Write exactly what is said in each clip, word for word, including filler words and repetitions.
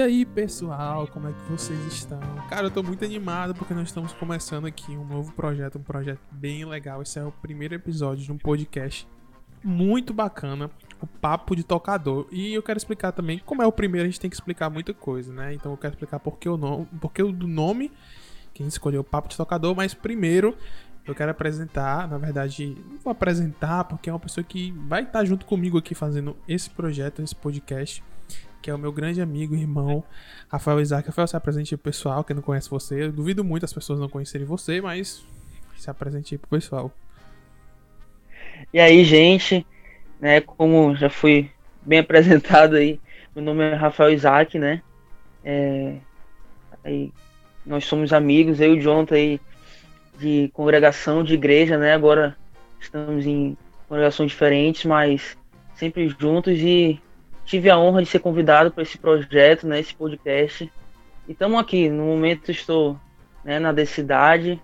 aí, pessoal, como é que vocês estão? Cara, eu tô muito animado porque nós estamos começando aqui um novo projeto, um projeto bem legal. Esse é o primeiro episódio de um podcast muito bacana, o Papo de Tocador. E eu quero explicar também, como é o primeiro, a gente tem que explicar muita coisa, né? Então eu quero explicar por que o nome, por que o do nome, que a gente escolheu o Papo de Tocador, mas primeiro eu quero apresentar, na verdade, não vou apresentar porque é uma pessoa que vai estar junto comigo aqui fazendo esse projeto, esse podcast, que é o meu grande amigo e irmão, Rafael Isaac. Rafael, se apresente pro pessoal que não conhece você. Eu duvido muito as pessoas não conhecerem você, mas se apresente pro pessoal. E aí, gente, né, como já fui bem apresentado aí, meu nome é Rafael Isaac, né, é, aí, nós somos amigos, eu e o Jonathan aí, de congregação, de igreja, né, agora estamos em congregações diferentes, mas sempre juntos, e tive a honra de ser convidado para esse projeto, né, esse podcast, e estamos aqui, no momento estou, né, na Decidade,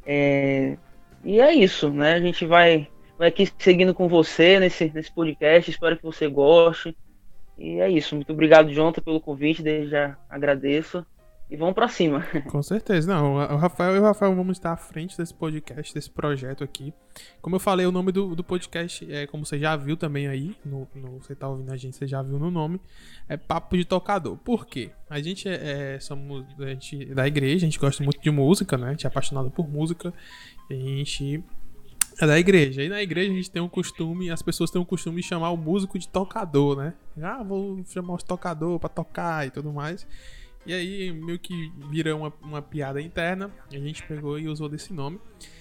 é, e é isso, né, a gente vai... Vai aqui seguindo com você nesse, nesse podcast, espero que você goste. E é isso, muito obrigado, Jonathan, pelo convite, desde já agradeço. E vamos pra cima. Com certeza, não, o Rafael e o Rafael vamos estar à frente desse podcast, desse projeto aqui. Como eu falei, o nome do, do podcast, é, como você já viu também aí, no, no, você tá ouvindo a gente, você já viu no nome, é Papo de Tocador. Por quê? A gente é, é somos a gente, da igreja, a gente gosta muito de música, né, a gente é apaixonado por música, e a gente... É da igreja. E na igreja a gente tem um costume, as pessoas têm um costume de chamar o músico de tocador, né? Ah, vou chamar os tocador pra tocar e tudo mais. E aí meio que vira uma, uma piada interna. A gente pegou e usou desse nome.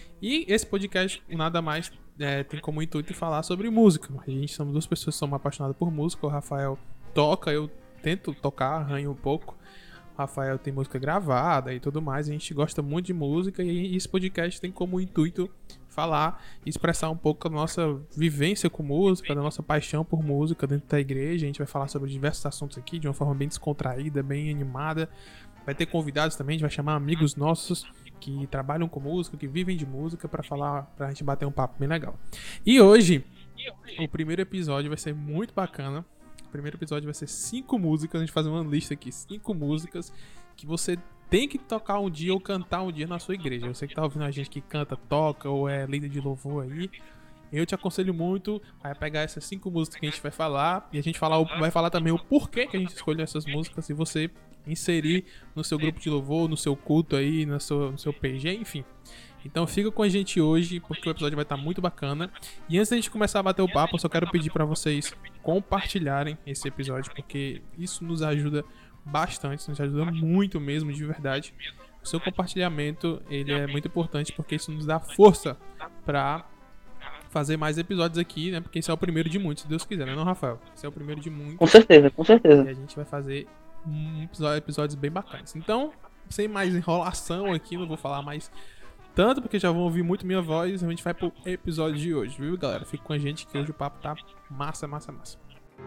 E esse podcast, nada mais, é, tem como intuito falar sobre música. A gente somos duas pessoas que somos apaixonadas por música. O Rafael toca, eu tento tocar, arranho um pouco. O Rafael tem música gravada e tudo mais. A gente gosta muito de música e esse podcast tem como intuito falar e expressar um pouco a nossa vivência com música, da nossa paixão por música dentro da igreja. A gente vai falar sobre diversos assuntos aqui de uma forma bem descontraída, bem animada. Vai ter convidados também, a gente vai chamar amigos nossos que trabalham com música, que vivem de música, pra falar, pra gente bater um papo bem legal. E hoje, o primeiro episódio vai ser muito bacana. O primeiro episódio vai ser cinco músicas, a gente vai fazer uma lista aqui, cinco músicas que você tem que tocar um dia ou cantar um dia na sua igreja. Você que tá ouvindo a gente que canta, toca ou é líder de louvor aí, eu te aconselho muito a pegar essas cinco músicas que a gente vai falar e a gente falar, vai falar também o porquê que a gente escolheu essas músicas e você inserir no seu grupo de louvor, no seu culto aí, no seu, no seu P G, enfim. Então fica com a gente hoje porque o episódio vai estar muito bacana. E antes da gente começar a bater o papo, eu só quero pedir para vocês compartilharem esse episódio porque isso nos ajuda bastante, isso nos ajuda muito mesmo, de verdade. O seu compartilhamento, ele é muito importante porque isso nos dá força pra fazer mais episódios aqui, né? Porque esse é o primeiro de muitos, se Deus quiser, né, não, Rafael? Esse é o primeiro de muitos. Com certeza, com certeza. E a gente vai fazer um episódio, episódios bem bacanas. Então, sem mais enrolação aqui, não vou falar mais tanto, porque já vão ouvir muito minha voz. A gente vai pro episódio de hoje, viu, galera? Fica com a gente que hoje o papo tá massa, massa, massa.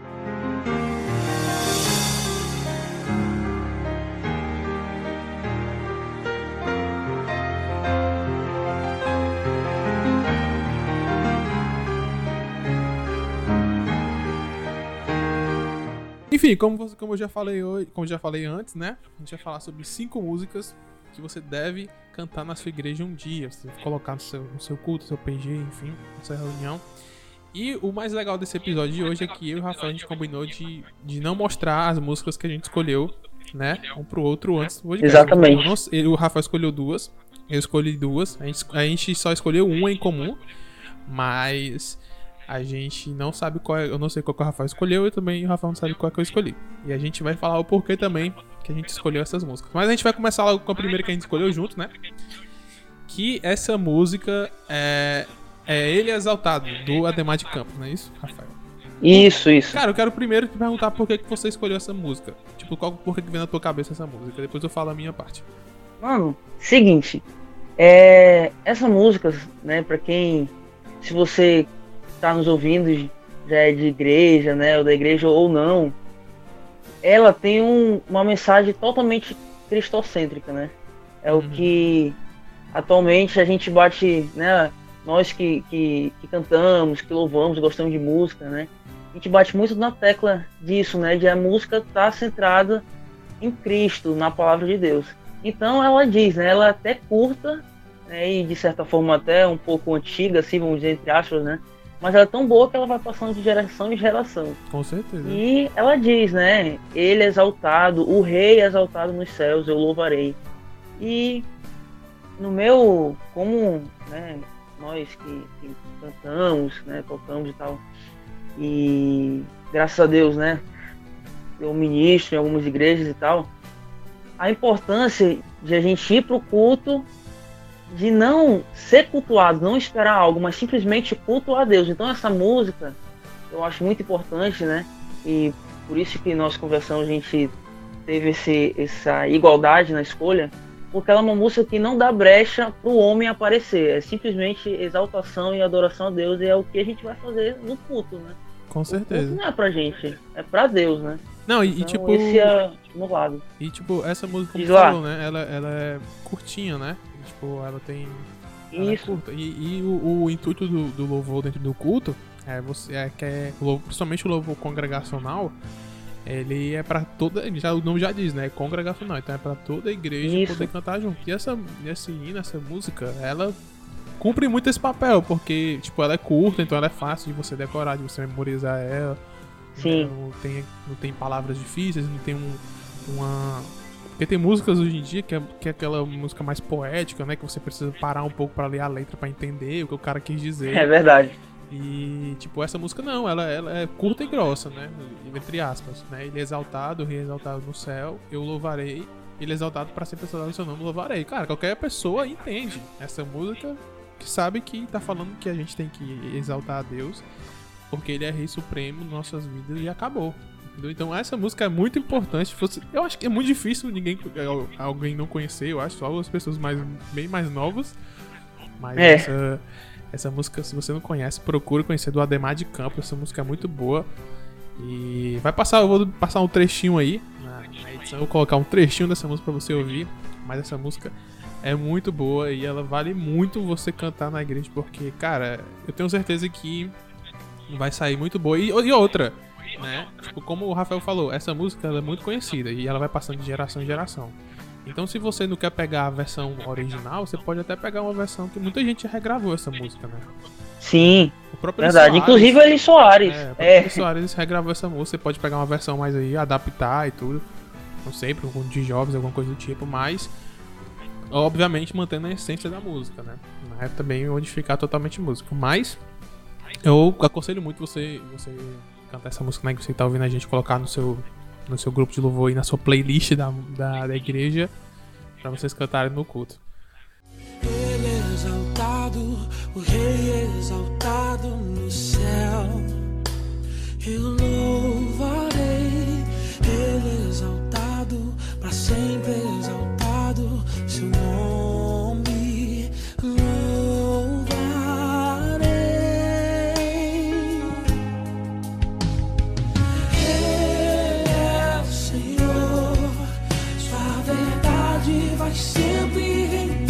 Enfim, como, você, como, eu já falei hoje, como eu já falei antes, né? A gente vai falar sobre cinco músicas que você deve cantar na sua igreja um dia. Você deve colocar no seu, no seu culto, no seu P G, enfim, na sua reunião. E o mais legal desse episódio de hoje é que eu e o Rafael a gente combinou de, de não mostrar as músicas que a gente escolheu, né? Um pro outro antes do podcast. Exatamente. Não, ele, o Rafael escolheu duas, eu escolhi duas. A gente, a gente só escolheu uma em comum, mas a gente não sabe qual é, eu não sei qual que o Rafael escolheu e também o Rafael não sabe qual é que eu escolhi. E a gente vai falar o porquê também que a gente escolheu essas músicas. Mas a gente vai começar logo com a primeira que a gente escolheu junto, né? Que essa música é, é Ele Exaltado, do Ademar de Campos, não é isso, Rafael? Isso, isso. Cara, eu quero primeiro te perguntar por que, que você escolheu essa música. Tipo, qual, por que, que vem na tua cabeça essa música? Depois eu falo a minha parte. Mano, seguinte, é, essa música, né, pra quem, se você tá nos ouvindo, já é de igreja, né, ou da igreja ou não, ela tem um, uma mensagem totalmente cristocêntrica, né? É uhum. o que atualmente a gente bate, né, nós que, que, que cantamos, que louvamos, gostamos de música, né, a gente bate muito na tecla disso, né, de a música estar tá centrada em Cristo, na palavra de Deus. Então ela diz, né, ela é até curta, né, e de certa forma até um pouco antiga, assim, vamos dizer, entre aspas, né? Mas ela é tão boa que ela vai passando de geração em geração. Com certeza. E ela diz, né, ele é exaltado, o rei é exaltado nos céus, eu louvarei. E no meu, como, né, nós que, que cantamos, né, tocamos e tal, e graças a Deus, né, eu ministro em algumas igrejas e tal, a importância de a gente ir pro culto, de não ser cultuado, não esperar algo, mas simplesmente cultuar a Deus. Então essa música eu acho muito importante, né, e por isso que nós conversamos, a gente teve esse, essa igualdade na escolha, porque ela é uma música que não dá brecha para o homem aparecer, é simplesmente exaltação e adoração a Deus, e é o que a gente vai fazer no culto, né? Com certeza. O culto não é pra gente, é pra Deus, né? Não, e, então, e tipo... esse é no lado. E tipo, essa música, como Diz você lá. falou, né? Ela, ela é curtinha, né? Tipo, ela tem... Ela Isso. é curta. E, e o, o intuito do, do louvor dentro do culto é você é que é, principalmente o louvor congregacional, ele é pra toda, já, o nome já diz, né? É congregacional, então é pra toda a igreja Isso. poder cantar junto. E essa, esse hino, essa música, ela cumpre muito esse papel, porque, tipo, ela é curta, então ela é fácil de você decorar, de você memorizar ela. Sim. Não tem, não tem palavras difíceis, não tem um, uma... Porque tem músicas hoje em dia que é, que é aquela música mais poética, né? Que você precisa parar um pouco pra ler a letra, pra entender o que o cara quis dizer. É verdade. E, tipo, essa música não, ela, ela é curta e grossa, né? Entre aspas, né? Ele é exaltado, o rei é exaltado no céu, eu louvarei. Ele é exaltado para sempre exaltado no seu nome, louvarei. Cara, qualquer pessoa entende essa música, que sabe que tá falando que a gente tem que exaltar a Deus, porque ele é rei supremo nas nossas vidas e acabou. Entendeu? Então essa música é muito importante. Eu acho que é muito difícil ninguém, alguém não conhecer, eu acho, só as pessoas mais, bem mais novas. Mas É. essa... Essa música, se você não conhece, procure conhecer, do Ademar de Campos. Essa música é muito boa. E vai passar, eu vou passar um trechinho aí na, na edição. Eu vou colocar um trechinho dessa música pra você ouvir. Mas essa música é muito boa e ela vale muito você cantar na igreja. Porque, cara, eu tenho certeza que vai sair muito boa. E, e outra, né? Tipo, como o Rafael falou, essa música ela é muito conhecida e ela vai passando de geração em geração. Então, se você não quer pegar a versão original, você pode até pegar uma versão que muita gente regravou essa música, né? Sim, O próprio verdade. Soares, Inclusive o Eli Soares. É, o próprio É. Eli Soares regravou essa música. Você pode pegar uma versão mais aí, adaptar e tudo. Não sei, para um de jovens, alguma coisa do tipo, mas obviamente mantendo a essência da música, né? Não é também modificar totalmente a música. Mas eu aconselho muito você, você cantar essa música, né? Que você tá ouvindo a gente, colocar no seu, no seu grupo de louvor e na sua playlist da, da, da igreja, pra vocês cantarem no culto. Ele é exaltado, o rei é exaltado no céu. Eu louvarei, ele é exaltado, para sempre exaltado, seu nome louvarei. Ele é o Senhor, sua verdade vai sempre reinar.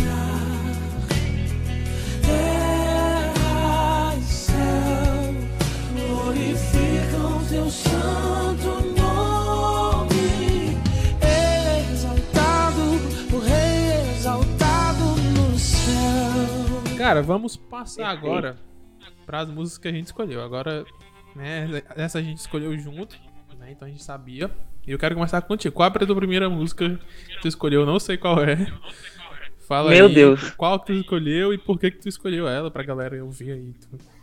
Terra e céu glorificam teu santo nome. Ele é exaltado, o rei é exaltado no céu. Cara, vamos passar agora para as músicas que a gente escolheu. Agora, né, essa a gente escolheu junto, né? Então a gente sabia. E eu quero começar contigo. Qual é a tua primeira música que tu escolheu? Eu não sei qual é. Fala Meu aí, Deus. qual que tu escolheu e por que que tu escolheu ela pra galera ouvir aí.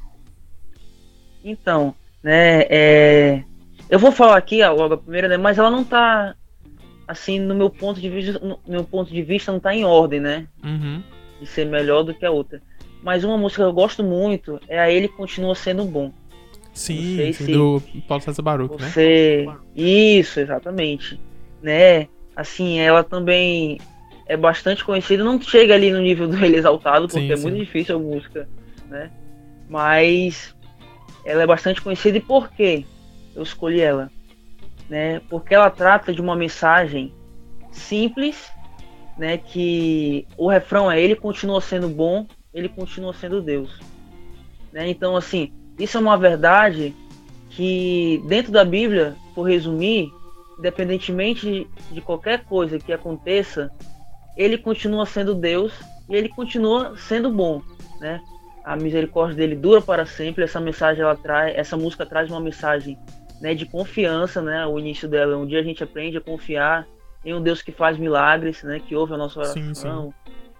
Então, né, é... eu vou falar aqui ó, logo a primeira, né, mas ela não tá, assim, no meu ponto de vista, no meu ponto de vista não tá em ordem, né, Uhum. de ser melhor do que a outra. Mas uma música que eu gosto muito é a Ele Continua Sendo Bom. Sim, sei sim, se do Paulo César Baruch, né? Você... Isso, exatamente. Né? Assim, ela também é bastante conhecida. Não chega ali no nível do Ele Exaltado, porque Sim, é sim. muito difícil a música, né? Mas ela é bastante conhecida. E por quê eu escolhi ela? Né? Porque ela trata de uma mensagem simples, né? Que o refrão é: Ele continua sendo bom, Ele continua sendo Deus. Né? Então, assim, isso é uma verdade que dentro da Bíblia, por resumir, independentemente de, de qualquer coisa que aconteça, ele continua sendo Deus e ele continua sendo bom, né? A misericórdia dele dura para sempre. Essa mensagem, ela traz, essa música traz uma mensagem, né, de confiança, né? O início dela, um dia a gente aprende a confiar em um Deus que faz milagres, né? Que ouve a nossa oração. Sim, sim.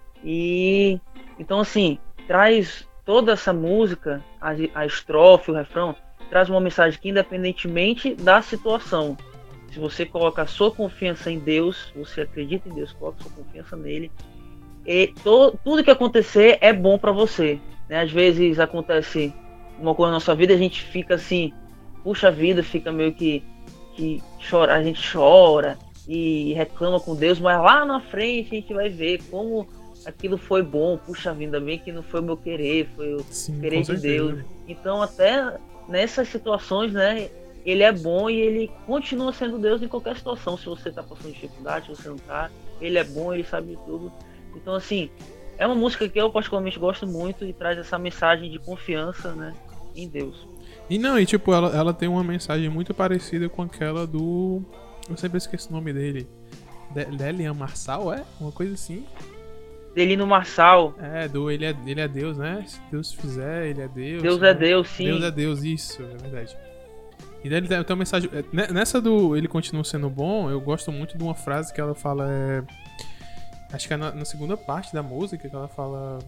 E então, assim, traz toda essa música, a, a estrofe, o refrão, traz uma mensagem que, independentemente da situação, se você coloca a sua confiança em Deus, você acredita em Deus, coloca a sua confiança nele, e to, tudo que acontecer é bom para você, né? Às vezes acontece uma coisa na nossa vida, a gente fica assim, puxa vida, fica meio que, que chora, a gente chora e reclama com Deus, mas lá na frente a gente vai ver como aquilo foi bom, puxa vida, bem que não foi o meu querer, foi o Sim, querer com de certeza. Deus. Então, até nessas situações, né, ele é bom e ele continua sendo Deus em qualquer situação. Se você tá passando dificuldade, se você não tá, ele é bom, ele sabe de tudo. Então, assim, é uma música que eu particularmente gosto muito e traz essa mensagem de confiança, né, em Deus. E não, e tipo, ela, ela tem uma mensagem muito parecida com aquela do... Eu sempre esqueço o nome dele. De- Delian Marçal, é? Uma coisa assim. Delino Marçal, É, do ele é, ele é Deus, né? Se Deus fizer, ele é Deus. Deus né? é Deus, sim. Deus é Deus, isso, é verdade. E daí ele tem tem uma mensagem... é, ne- Nessa do Ele Continua Sendo Bom, eu gosto muito de uma frase que ela fala... É, acho que é na, na segunda parte da música que ela fala...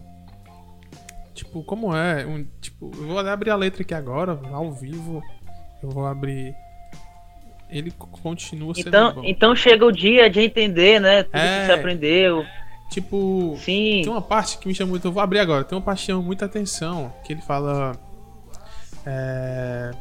Tipo, como é? Um, tipo, eu vou abrir a letra aqui agora, ao vivo. Eu vou abrir... Ele continua sendo Então, bom. então chega o dia de entender, né, tudo É. que você aprendeu. Tipo... Sim, Tem uma parte que me chama muito... Eu vou abrir agora. Tem uma parte que chama muita atenção. Que ele fala... É...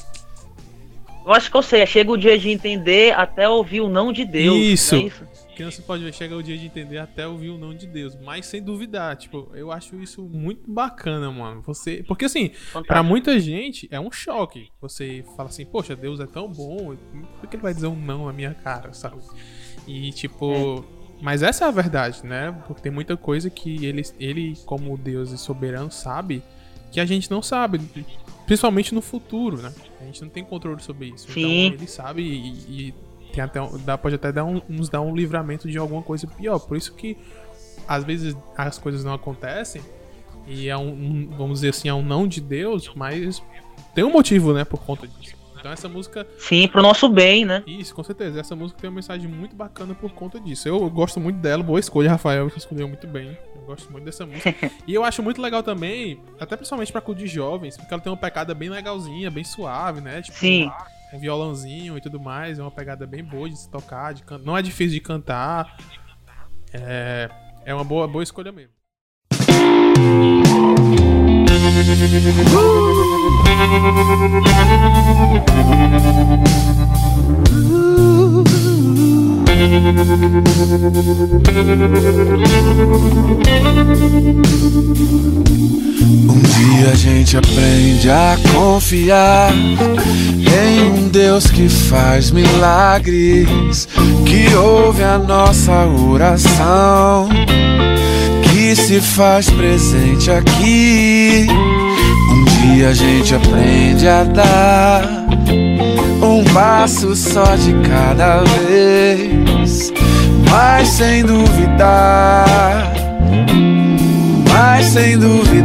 eu acho que eu sei, chega o dia de entender até ouvir o não de Deus. Isso. não é isso? Que você pode ver, chega o dia de entender até ouvir o não de Deus. Mas sem duvidar, tipo, eu acho isso muito bacana, mano. Você... Porque assim, pra Fantástico. muita gente é um choque. Você fala assim, poxa, Deus é tão bom, por que ele vai dizer um não na minha cara, sabe? E tipo... Mas essa é a verdade, né? Porque tem muita coisa que ele, ele como Deus e soberano, sabe que a gente não sabe. Principalmente no futuro, né? A gente não tem controle sobre isso. Sim. Então ele sabe e, e tem até, um- dá, pode até dar um, nos dar um livramento de alguma coisa pior. Por isso que às vezes as coisas não acontecem e é um, um- vamos dizer assim, é um não de Deus, mas tem um motivo, né, por conta disso. Então essa música, Sim, pro nosso bem, né? isso, com certeza, essa música tem uma mensagem muito bacana por conta disso. Eu gosto muito dela, boa escolha, Rafael, você escolheu muito bem. Eu gosto muito dessa música. E eu acho muito legal também, até principalmente pra culto de jovens, porque ela tem uma pegada bem legalzinha, bem suave, né? Tipo, Sim. um violãozinho e tudo mais, é uma pegada bem boa de se tocar, de can... não é difícil de cantar. É, é uma boa, boa escolha mesmo. Um dia a gente aprende a confiar em um Deus que faz milagres, que ouve a nossa oração, que se faz presente aqui. Um dia a gente aprende a dar um passo só de cada vez, mas sem duvidar, mas sem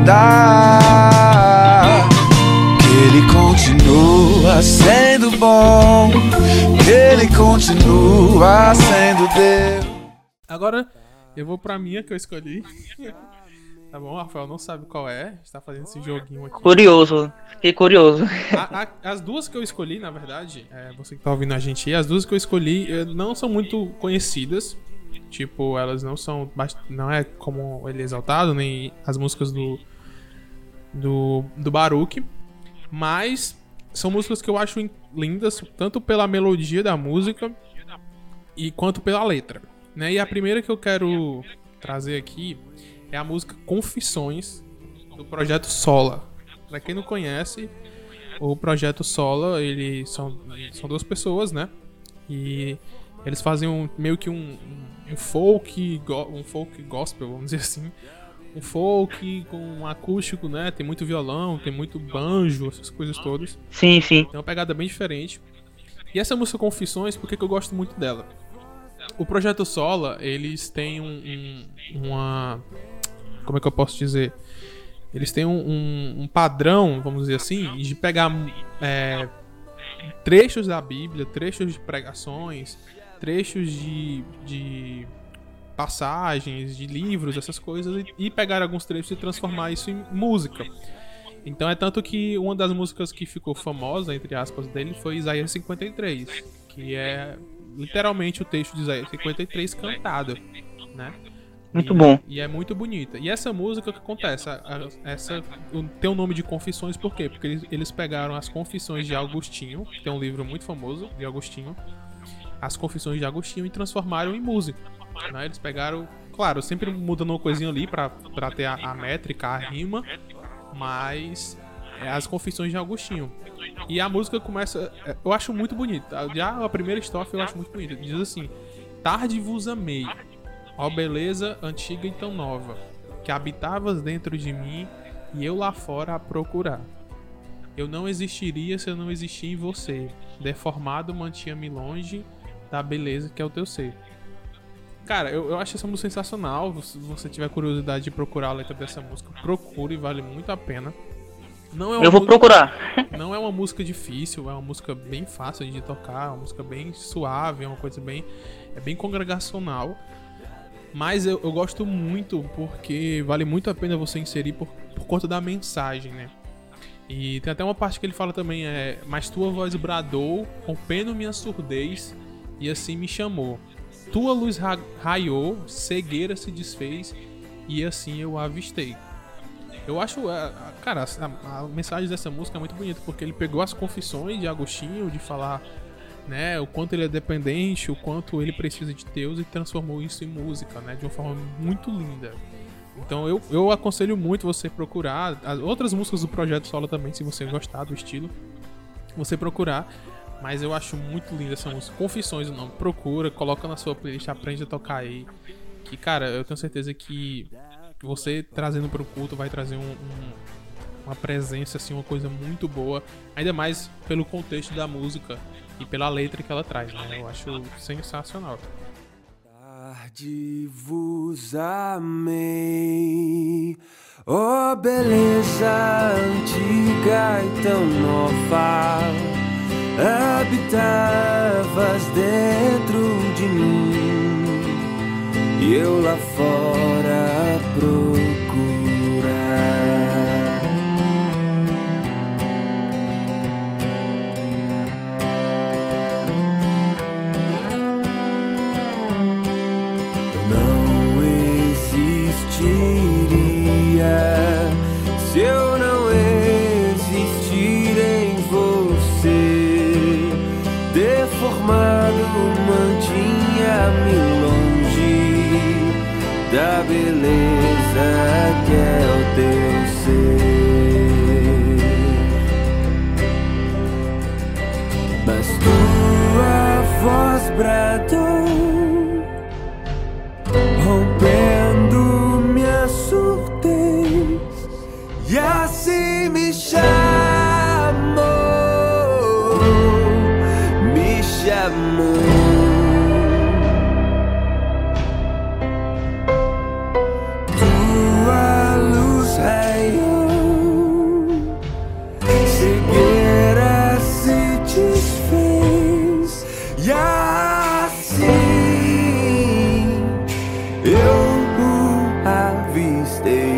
duvidar que Ele continua sendo bom, que Ele continua sendo Deus. Agora eu vou pra minha que eu escolhi. Tá bom, Rafael não sabe qual é, a gente tá fazendo esse joguinho aqui. Curioso, fiquei curioso. A- a- as duas que eu escolhi, na verdade, é, você que tá ouvindo a gente aí, as duas que eu escolhi eh, não são muito conhecidas. Tipo, elas não são. bast- Não é como Ele Exaltado, nem as músicas do. Do, do Baruch. Mas são músicas que eu acho in- lindas, tanto pela melodia da música e quanto pela letra. Né? E a primeira que eu quero trazer aqui é a música Confissões, do projeto Sola. Pra quem não conhece, o projeto Sola, ele são, são duas pessoas, né? E eles fazem um, meio que um, um folk, go- um folk gospel, vamos dizer assim. Um folk com um acústico, né? Tem muito violão, tem muito banjo, essas coisas todas. Sim, sim. Tem uma pegada bem diferente. E essa música Confissões, por que que eu gosto muito dela? O Projeto Sola, eles têm um, um, uma... Como é que eu posso dizer? Eles têm um, um, um padrão, vamos dizer assim, de pegar é, trechos da Bíblia, trechos de pregações, trechos de, de passagens, de livros, essas coisas, e, e pegar alguns trechos e transformar isso em música. Então é tanto que uma das músicas que ficou famosa, entre aspas, dele foi Isaías cinquenta e três, que é literalmente o texto de Isaías cinquenta e três cantado, né? Muito e, bom. E é muito bonita. E essa música, o que acontece? A, a, essa tem o nome de Confissões por quê? Porque eles, eles pegaram as Confissões de Agostinho, que tem um livro muito famoso de Agostinho, as Confissões de Agostinho, e transformaram em música, né? Eles pegaram, claro, sempre mudando uma coisinha ali pra, pra ter a, a métrica, a rima, mas é as Confissões de Agostinho. E a música começa, eu acho muito bonita. Já a primeira estrofe eu acho muito bonita. Diz assim: tarde vos amei, ó beleza antiga e tão nova, que habitavas dentro de mim e eu lá fora a procurar. Eu não existiria se eu não existia em você. Deformado mantinha-me longe da beleza que é o teu ser. Cara, eu, eu acho essa música sensacional. Se você tiver curiosidade de procurar a letra dessa música, procure, vale muito a pena. Não é uma Eu vou música, procurar. Não é uma música difícil, é uma música bem fácil de tocar, é uma música bem suave, é uma coisa bem, é bem congregacional. Mas eu, eu gosto muito porque vale muito a pena você inserir por, por conta da mensagem, né? E tem até uma parte que ele fala também, é: mas tua voz bradou, rompendo minha surdez, e assim me chamou. Tua luz ra- raiou, cegueira se desfez, e assim eu a avistei. Eu acho, cara, a, a mensagem dessa música é muito bonita, porque ele pegou as confissões de Agostinho, de falar, né, o quanto ele é dependente, o quanto ele precisa de Deus, e transformou isso em música, né, de uma forma muito linda. Então eu, eu aconselho muito você procurar as outras músicas do Projeto Sola também, se você gostar do estilo, você procurar. Mas eu acho muito linda essa música. Confissões o nome. Procura, coloca na sua playlist, aprende a tocar aí. Que, cara, eu tenho certeza que você trazendo pro culto vai trazer um, um, uma presença, assim, uma coisa muito boa. Ainda mais pelo contexto da música e pela letra que ela traz, né? Eu acho sensacional. Tarde vos amei, ó beleza antiga e tão nova, habitabas dentro de mim e eu lá fora a procurar. Eu não existiria se eu não existir em você. Deformado mantinha-me longe da beleza que é o teu ser. Mas tua voz bradou, rompendo minha surdez, e assim me chamou, me chamou. Tua luz raiou, cegueira se desfez, e assim eu o avistei.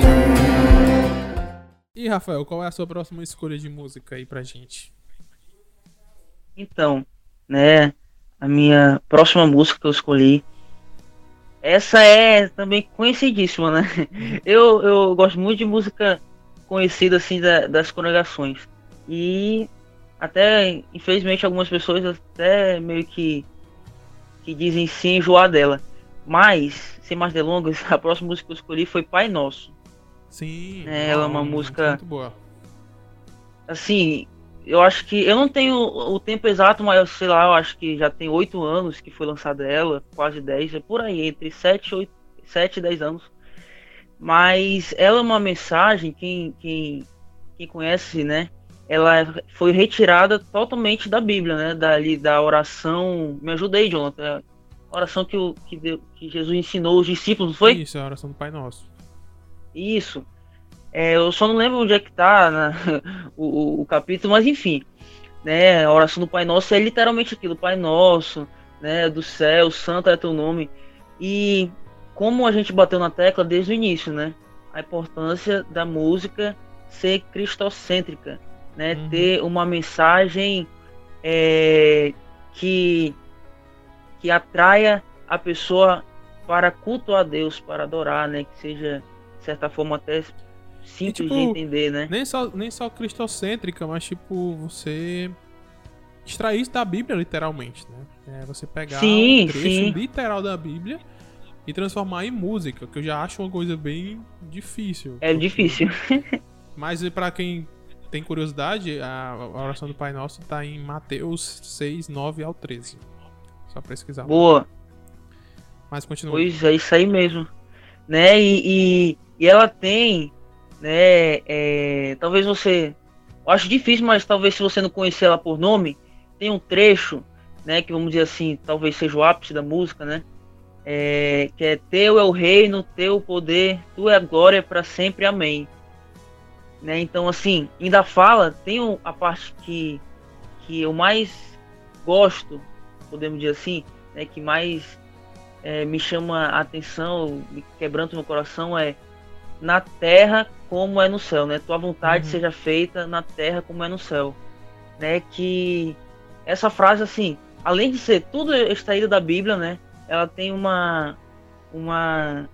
E Rafael, qual é a sua próxima escolha de música aí pra gente? Então, né, a minha próxima música que eu escolhi, essa é também conhecidíssima, né? Eu, eu gosto muito de música conhecida, assim, da, das congregações. E até, infelizmente, algumas pessoas até meio que, que dizem se enjoar dela. Mas, sem mais delongas, a próxima música que eu escolhi foi Pai Nosso. Sim, É, ela é uma muito, música- muito boa. Assim, eu acho que... Eu não tenho o tempo exato, mas sei lá, eu acho que já tem oito anos que foi lançada ela, quase dez, é por aí, entre sete e dez anos. Mas ela é uma mensagem, quem, quem, quem conhece, né, ela foi retirada totalmente da Bíblia, né? Dali da oração. Me ajuda aí, Jonathan. A oração que, o, que, Deus, que Jesus ensinou os discípulos, não foi? Isso, é a oração do Pai Nosso. Isso. É, eu só não lembro onde é que tá né, o, o, o capítulo, mas enfim. Né, a oração do Pai Nosso é literalmente aquilo, Pai Nosso, né, do céu, santo é teu nome. E como a gente bateu na tecla desde o início, né, a importância da música ser cristocêntrica, né, Uhum. ter uma mensagem é, que, que atraia a pessoa para cultuar a Deus, para adorar, né, que seja, de certa forma, até simples tipo, de entender, né. Nem só, nem só cristocêntrica, mas tipo, você extrair isso da Bíblia, literalmente, né? É você pegar Sim, um trecho sim. literal da Bíblia e transformar em música, que eu já acho uma coisa bem difícil. É porque- difícil. Mas pra quem tem curiosidade, a a oração do Pai Nosso tá em Mateus seis, nove ao treze. Só pesquisar. Boa. Mas continua. Pois é, isso aí mesmo. Né? E, e, e ela tem, né? É, talvez você. Eu acho difícil, mas talvez se você não conhecer ela por nome, tem um trecho, né? Que vamos dizer assim, talvez seja o ápice da música, né? É, que é teu é o reino, teu o poder, tu é a glória para sempre, amém. Né? Então, assim, ainda fala, tem um- a parte que, que eu mais gosto, podemos dizer assim, né? Que mais é, me chama a atenção, me quebranta no coração, é na terra como é no céu, né? Tua vontade Uhum. seja feita na terra como é no céu, né? Que essa frase, assim, além de ser tudo extraído da Bíblia, né? Ela tem uma, uma,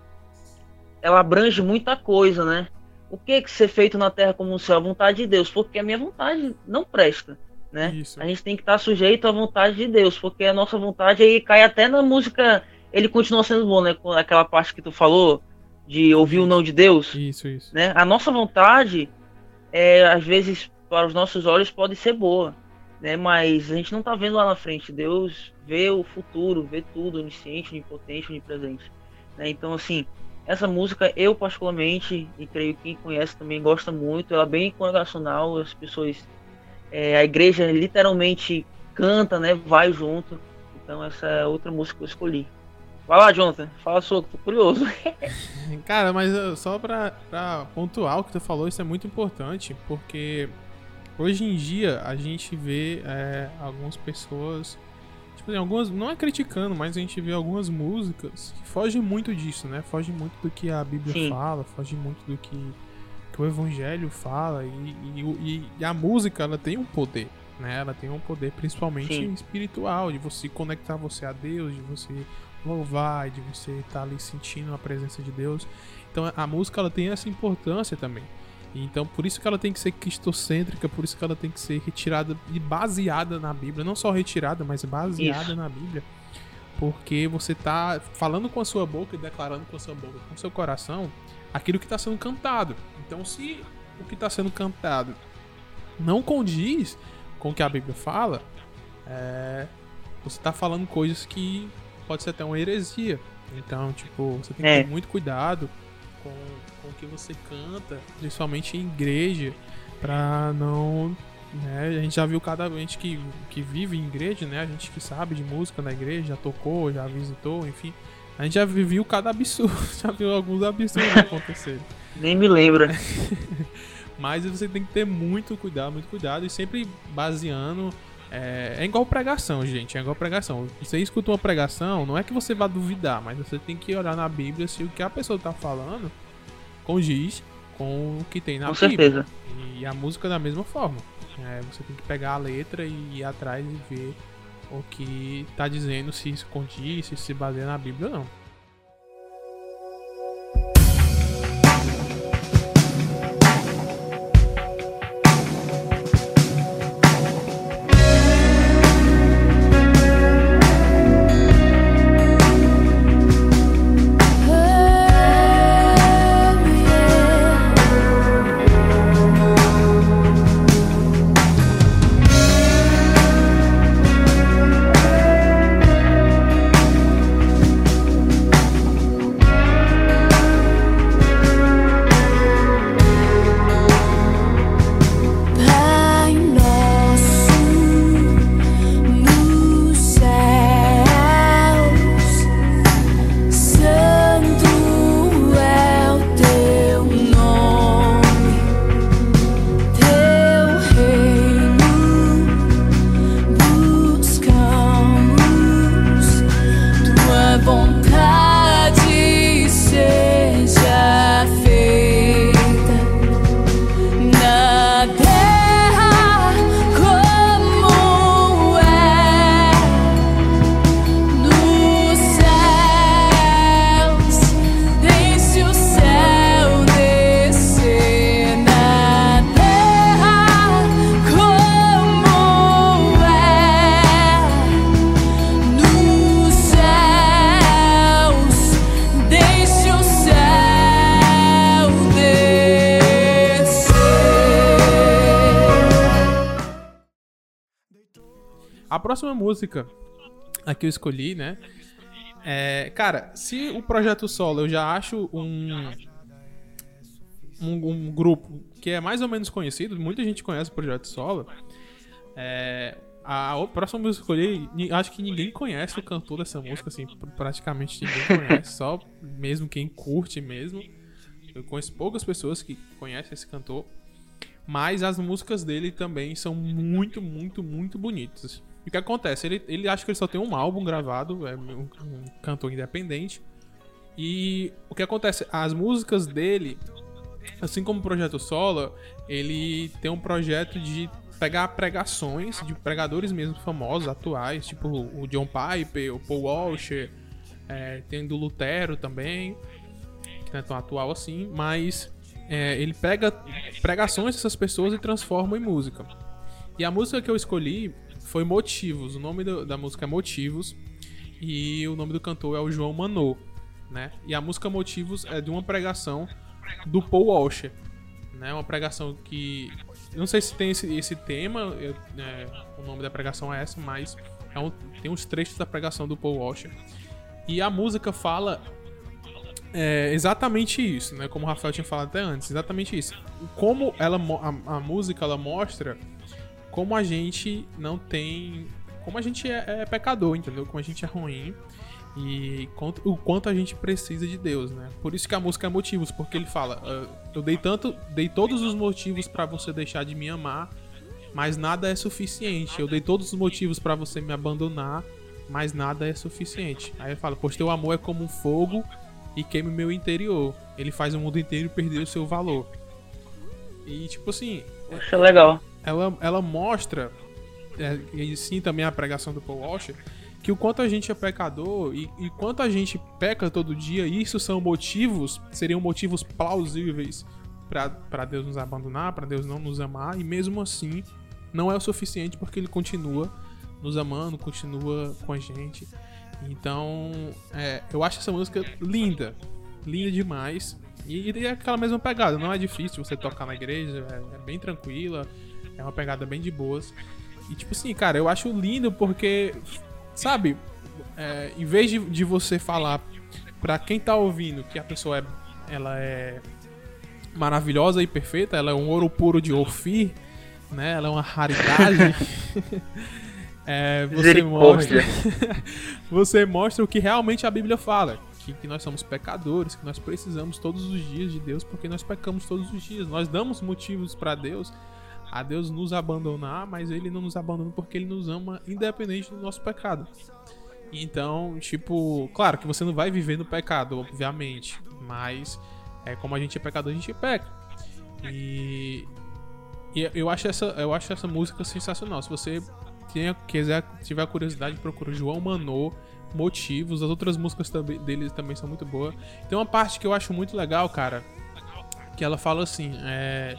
ela abrange muita coisa, né? O que é que ser feito na terra como no céu? A vontade de Deus, porque a minha vontade não presta, né? Isso. A gente tem que estar sujeito à vontade de Deus, porque a nossa vontade aí cai até na música. Ele continua sendo bom, né? Com aquela parte que tu falou de ouvir o não de Deus, Isso, isso. né? A nossa vontade, é, às vezes, para os nossos olhos pode ser boa, né? Mas a gente não tá vendo lá na frente. Deus vê o futuro, vê tudo, onisciente, onipotente, onipresente, né? Então, assim, essa música eu particularmente, e creio que quem conhece também gosta muito, ela é bem congregacional, as pessoas, é, a igreja literalmente canta, né? Vai junto. Então essa é outra música que eu escolhi. Vai lá, Jonathan, fala sua, tô curioso. Cara, mas uh, só pra, pra pontuar o que tu falou, isso é muito importante, porque hoje em dia a gente vê é, algumas pessoas, tipo, algumas, não é criticando, mas a gente vê algumas músicas que fogem muito disso, né? Fogem muito do que a Bíblia Sim. fala, fogem muito do que, que o Evangelho fala, e, e, e- e a música, ela tem um poder, né? Ela tem um poder principalmente Sim. espiritual, de você conectar você a Deus, de você louvar, de você estar ali sentindo a presença de Deus. Então a música, ela tem essa importância também. E então por isso que ela tem que ser cristocêntrica, por isso que ela tem que ser retirada e baseada na Bíblia, não só retirada, mas baseada Isso. na Bíblia. Porque você tá falando com a sua boca e declarando com a sua boca, com o seu coração, aquilo que está sendo cantado. Então se o que está sendo cantado não condiz com o que a Bíblia fala, é, você está falando coisas que pode ser até uma heresia. Então, tipo, você tem que É. ter muito cuidado com, com o que você canta, principalmente em igreja, pra não... Né, a gente já viu cada gente que, que vive em igreja, né? A gente que sabe de música na igreja, já tocou, já visitou, enfim. A gente já viu cada absurdo, já viu alguns absurdos acontecerem. Nem me lembra. Mas você tem que ter muito cuidado, muito cuidado e sempre baseando. É, é igual pregação, gente. É igual pregação. Você escuta uma pregação, não é que você vá duvidar, mas você tem que olhar na Bíblia se o que a pessoa tá falando condiz com o que tem na Com Bíblia. certeza. E a música da mesma forma. É, você tem que pegar a letra e ir atrás e ver o que tá dizendo, se isso condiz, se se baseia na Bíblia ou não. a próxima música a que eu escolhi, né? É, cara, se o Projeto Solo eu já acho um, um, um grupo que é mais ou menos conhecido, muita gente conhece o Projeto Solo. É, a, a próxima música que eu escolhi, acho que ninguém conhece o cantor dessa música, assim, praticamente ninguém conhece, só mesmo quem curte mesmo. Eu conheço poucas pessoas que conhecem esse cantor, mas as músicas dele também são muito, muito, muito bonitas. O que acontece? Ele, ele acha que ele só tem um álbum gravado, é um, um cantor independente. E o que acontece? As músicas dele, assim como o Projeto Solo, ele tem um projeto de pegar pregações de pregadores mesmo famosos, atuais, tipo o John Piper, o Paul Washer, é, tem do Lutero também, que não é tão atual assim, mas é, ele pega pregações dessas pessoas e transforma em música. E a música que eu escolhi foi Motivos. O nome do, da música é Motivos e o nome do cantor é o João Manô, né? E a música Motivos é de uma pregação do Paul Washer, né? Uma pregação que... não sei se tem esse, esse tema, eu, é, o nome da pregação é essa, mas é um, tem uns trechos da pregação do Paul Washer. E a música fala é, exatamente isso, né? Como o Rafael tinha falado até antes, exatamente isso. Como ela, a, a música ela mostra como a gente não tem... como a gente é, é pecador, entendeu? Como a gente é ruim e quanto, o quanto a gente precisa de Deus, né? Por isso que a música é Motivos, porque ele fala: eu dei tanto, dei todos os motivos pra você deixar de me amar, mas nada é suficiente. Eu dei todos os motivos pra você me abandonar, mas nada é suficiente. Aí ele fala: pois teu amor é como um fogo e queima o meu interior. Ele faz o mundo inteiro perder o seu valor. E tipo assim... Poxa, legal. Ela, ela mostra, é, e sim também a pregação do Paul Washer, que o quanto a gente é pecador e, e quanto a gente peca todo dia, isso são motivos, seriam motivos plausíveis para Deus nos abandonar, para Deus não nos amar, e mesmo assim não é o suficiente porque Ele continua nos amando, continua com a gente. Então é, eu acho essa música linda, linda demais, e, e é aquela mesma pegada, não é difícil você tocar na igreja, é, é bem tranquila. É uma pegada bem de boas. E tipo assim, cara, eu acho lindo porque, sabe, é, em vez de, de você falar pra quem tá ouvindo que a pessoa é, ela é maravilhosa e perfeita, ela é um ouro puro de Ofir, né? Ela é uma raridade. é, você mostra você mostra o que realmente a Bíblia fala. Que, que nós somos pecadores, que nós precisamos todos os dias de Deus, porque nós pecamos todos os dias. Nós damos motivos pra Deus a Deus nos abandonar, mas Ele não nos abandona porque Ele nos ama independente do nosso pecado. Então, tipo, claro que você não vai viver no pecado, obviamente, mas é, como a gente é pecador, a gente peca. E, e eu, acho essa, eu acho essa música sensacional. Se você tenha, quiser, tiver curiosidade, procura João Manô, Motivos. As outras músicas também, deles também são muito boas. Tem uma parte que eu acho muito legal, cara, que ela fala assim, é...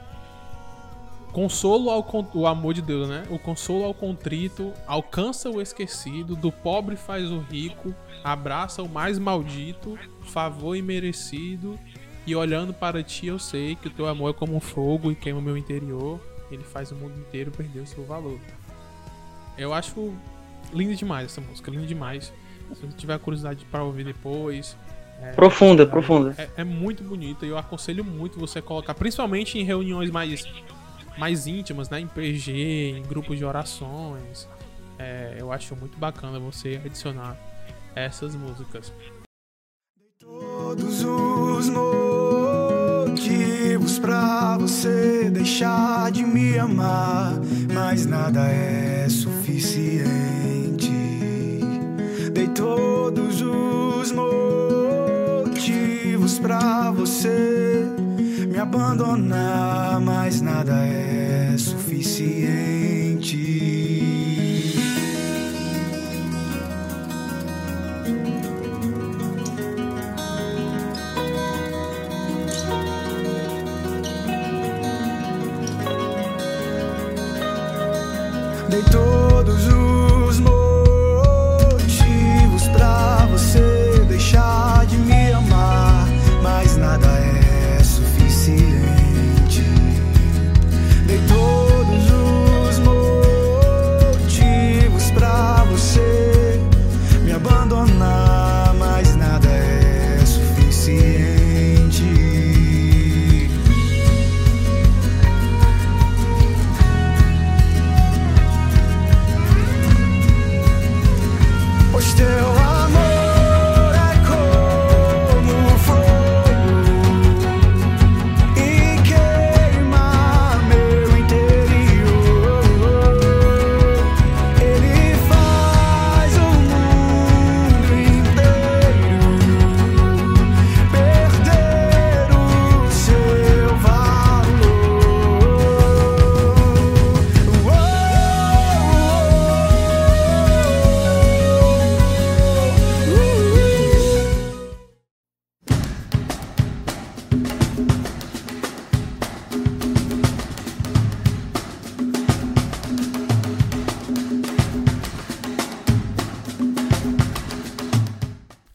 consolo ao o amor de Deus, né? O consolo ao contrito, alcança o esquecido, do pobre faz o rico, abraça o mais maldito, favor imerecido, e olhando para ti eu sei que o teu amor é como um fogo e queima o meu interior, ele faz o mundo inteiro perder o seu valor. Eu acho linda demais essa música, linda demais. Se você tiver curiosidade para ouvir depois... É, profunda, é, profunda. É, é muito bonita e eu aconselho muito você colocar, principalmente em reuniões mais... mais íntimas, né? Em P G, em grupos de orações. É, eu acho muito bacana você adicionar essas músicas. Todos os motivos pra você deixar de me amar, mas nada é suficiente. Dei todos os motivos pra você me abandonar, mas nada é suficiente. Dei todos os motivos pra você deixar de me amar, mas nada é suficiente. Dei todos os motivos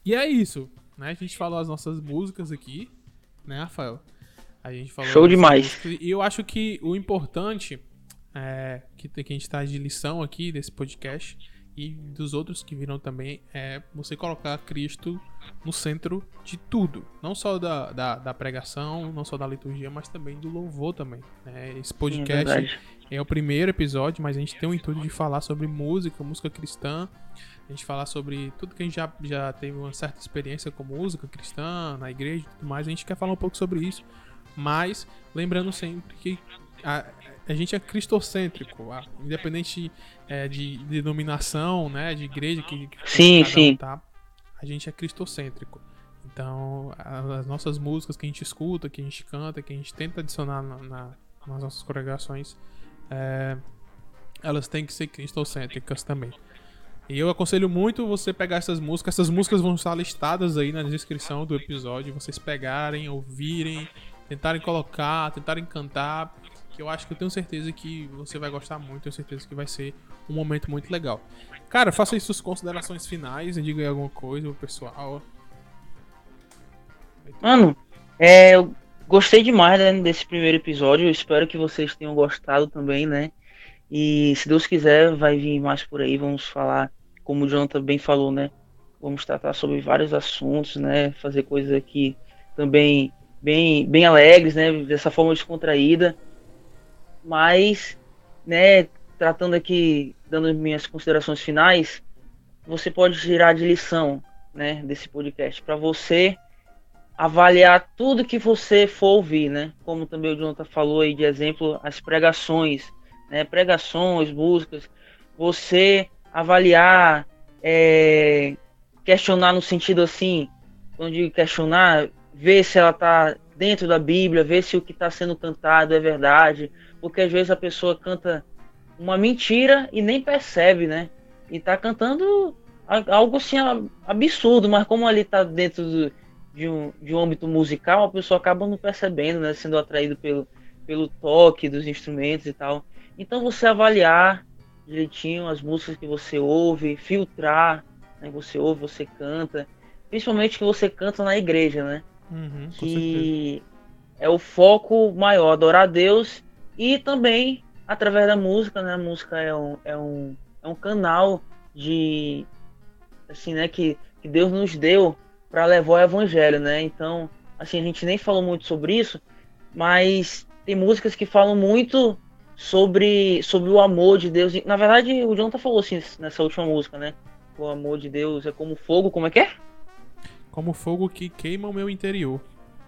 E é isso, né? A gente falou as nossas músicas aqui, né, Rafael? A gente falou Show demais. Músicas, e eu acho que o importante é, que, que a gente tá de lição aqui desse podcast e dos outros que viram também é você colocar Cristo no centro de tudo. Não só da, da, da pregação, não só da liturgia, mas também do louvor também. Né? Esse podcast Sim, é, é o primeiro episódio, mas a gente tem o intuito de falar sobre música, música cristã. A gente falar sobre tudo que a gente já, já teve uma certa experiência com música cristã, na igreja e tudo mais. A gente quer falar um pouco sobre isso. Mas lembrando sempre que a, a gente é cristocêntrico, a, independente é, de, de denominação, né, de igreja que, que sim, cada sim. um tá, a gente é cristocêntrico. Então, as nossas músicas que a gente escuta, que a gente canta, que a gente tenta adicionar na, na, nas nossas congregações, é, elas têm que ser cristocêntricas também. E eu aconselho muito você pegar essas músicas. Essas músicas vão estar listadas aí na descrição do episódio. Vocês pegarem, ouvirem, tentarem colocar, tentarem cantar. Que eu acho que eu tenho certeza que você vai gostar muito. Tenho certeza que vai ser um momento muito legal. Cara, faça aí suas considerações finais e diga aí alguma coisa pro pessoal. Mano, é, eu gostei demais, né, desse primeiro episódio. Eu espero que vocês tenham gostado também, né? E se Deus quiser, vai vir mais por aí. Vamos falar, como o Jonathan bem falou, né? Vamos tratar sobre vários assuntos, né? Fazer coisas aqui também bem, bem alegres, né? Dessa forma descontraída. Mas, né? Tratando aqui, dando minhas considerações finais, você pode tirar de lição, né? Desse podcast para você avaliar tudo que você for ouvir, né? Como também o Jonathan falou aí de exemplo, as pregações, né? Pregações, músicas, você avaliar, é, questionar no sentido assim, quando eu digo questionar, ver se ela está dentro da Bíblia, ver se o que está sendo cantado é verdade, porque às vezes a pessoa canta uma mentira e nem percebe, né? E está cantando algo assim absurdo, mas como ali está dentro do, de, um, de um âmbito musical, a pessoa acaba não percebendo, né? Sendo atraído pelo, pelo toque dos instrumentos e tal. Então você avaliar direitinho as músicas que você ouve, filtrar, né? Você ouve, você canta, principalmente que você canta na igreja, né? Uhum, com que certeza. É o foco maior, adorar a Deus e também através da música, né? A música é um, é um, é um canal de, assim, né? Que, que Deus nos deu para levar o evangelho, né? Então, assim, a gente nem falou muito sobre isso, mas tem músicas que falam muito sobre, sobre o amor de Deus. Na verdade, o Jonathan falou assim nessa última música, né? O amor de Deus é como fogo, como é que é? Como fogo que queima o meu interior.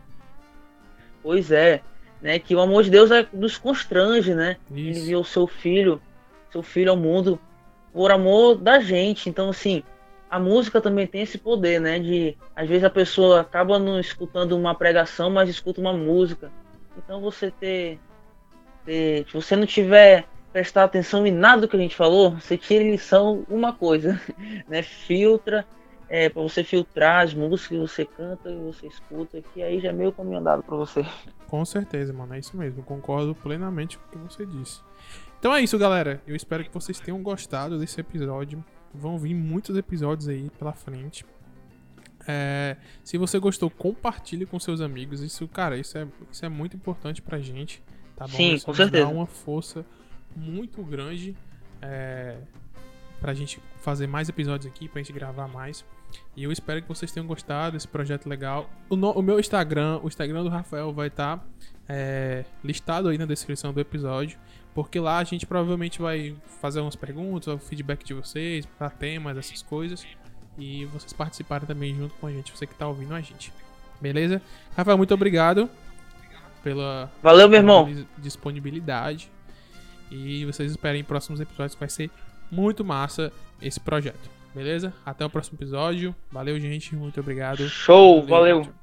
Pois é, né? Que o amor de Deus é, nos constrange, né? Isso. Ele enviou o seu filho, seu filho ao mundo por amor da gente. Então, assim, a música também tem esse poder, né? De, às vezes a pessoa acaba não escutando uma pregação, mas escuta uma música. Então você ter, ter se você não tiver prestar atenção em nada do que a gente falou, você tira lição uma coisa, né? Filtra, é, para você filtrar as músicas que você canta e você escuta, que aí já é meio caminho andado para você. Com certeza, mano, é isso mesmo. Concordo plenamente com o que você disse. Então é isso, galera. Eu espero que vocês tenham gostado desse episódio. Vão vir muitos episódios aí pela frente. É, se você gostou, compartilhe com seus amigos. Isso, cara, isso é, isso é muito importante pra gente, tá bom? Sim, isso com nos certeza. dá uma força muito grande é, pra gente fazer mais episódios aqui, pra gente gravar mais. E eu espero que vocês tenham gostado desse projeto legal. O, no, o meu Instagram, o Instagram do Rafael vai estar tá, é, listado aí na descrição do episódio, porque lá a gente provavelmente vai fazer umas perguntas, o feedback de vocês, para temas, essas coisas, e vocês participarem também junto com a gente, você que tá ouvindo a gente. Beleza? Rafael, muito obrigado pela, Valeu, meu irmão. pela disponibilidade. E vocês esperem em próximos episódios, que vai ser muito massa esse projeto. Beleza? Até o próximo episódio. Valeu, gente. Muito obrigado. Show, valeu. valeu.